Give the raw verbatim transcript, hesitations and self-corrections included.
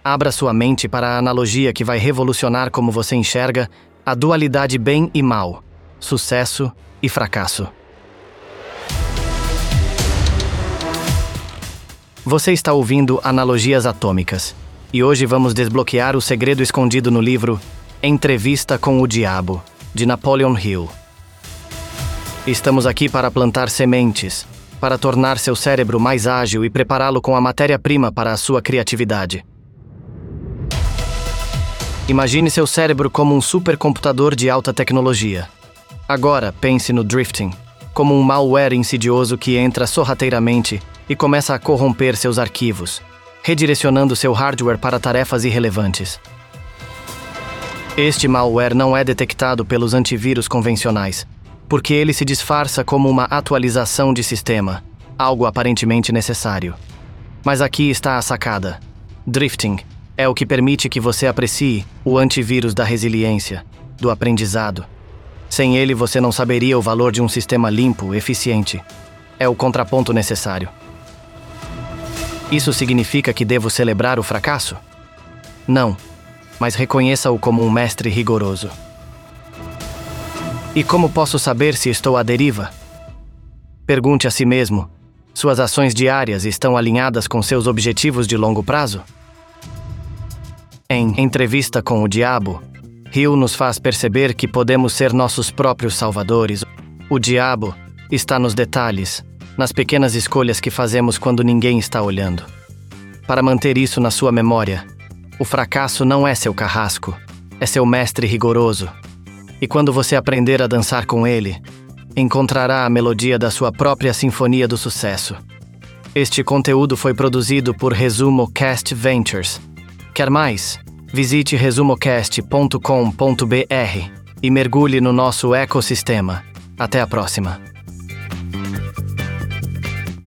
Abra sua mente para a analogia que vai revolucionar como você enxerga a dualidade bem e mal, sucesso e fracasso. Você está ouvindo Analogias Atômicas, e hoje vamos desbloquear o segredo escondido no livro Entrevista com o Diabo, de Napoleon Hill. Estamos aqui para plantar sementes, para tornar seu cérebro mais ágil e prepará-lo com a matéria-prima para a sua criatividade. Imagine seu cérebro como um supercomputador de alta tecnologia. Agora, pense no drifting, como um malware insidioso que entra sorrateiramente e começa a corromper seus arquivos, redirecionando seu hardware para tarefas irrelevantes. Este malware não é detectado pelos antivírus convencionais, porque ele se disfarça como uma atualização de sistema, algo aparentemente necessário. Mas aqui está a sacada. Drifting é o que permite que você aprecie o antivírus da resiliência, do aprendizado. Sem ele, você não saberia o valor de um sistema limpo, eficiente. É o contraponto necessário. Isso significa que devo celebrar o fracasso? Não, mas reconheça-o como um mestre rigoroso. E como posso saber se estou à deriva? Pergunte a si mesmo: suas ações diárias estão alinhadas com seus objetivos de longo prazo? Em Entrevista com o Diabo, Hill nos faz perceber que podemos ser nossos próprios salvadores. O diabo está nos detalhes, nas pequenas escolhas que fazemos quando ninguém está olhando. Para manter isso na sua memória, o fracasso não é seu carrasco, é seu mestre rigoroso. E quando você aprender a dançar com ele, encontrará a melodia da sua própria sinfonia do sucesso. Este conteúdo foi produzido por ResumoCast Ventures. Quer mais? Visite resumocast ponto com ponto br e mergulhe no nosso ecossistema. Até a próxima!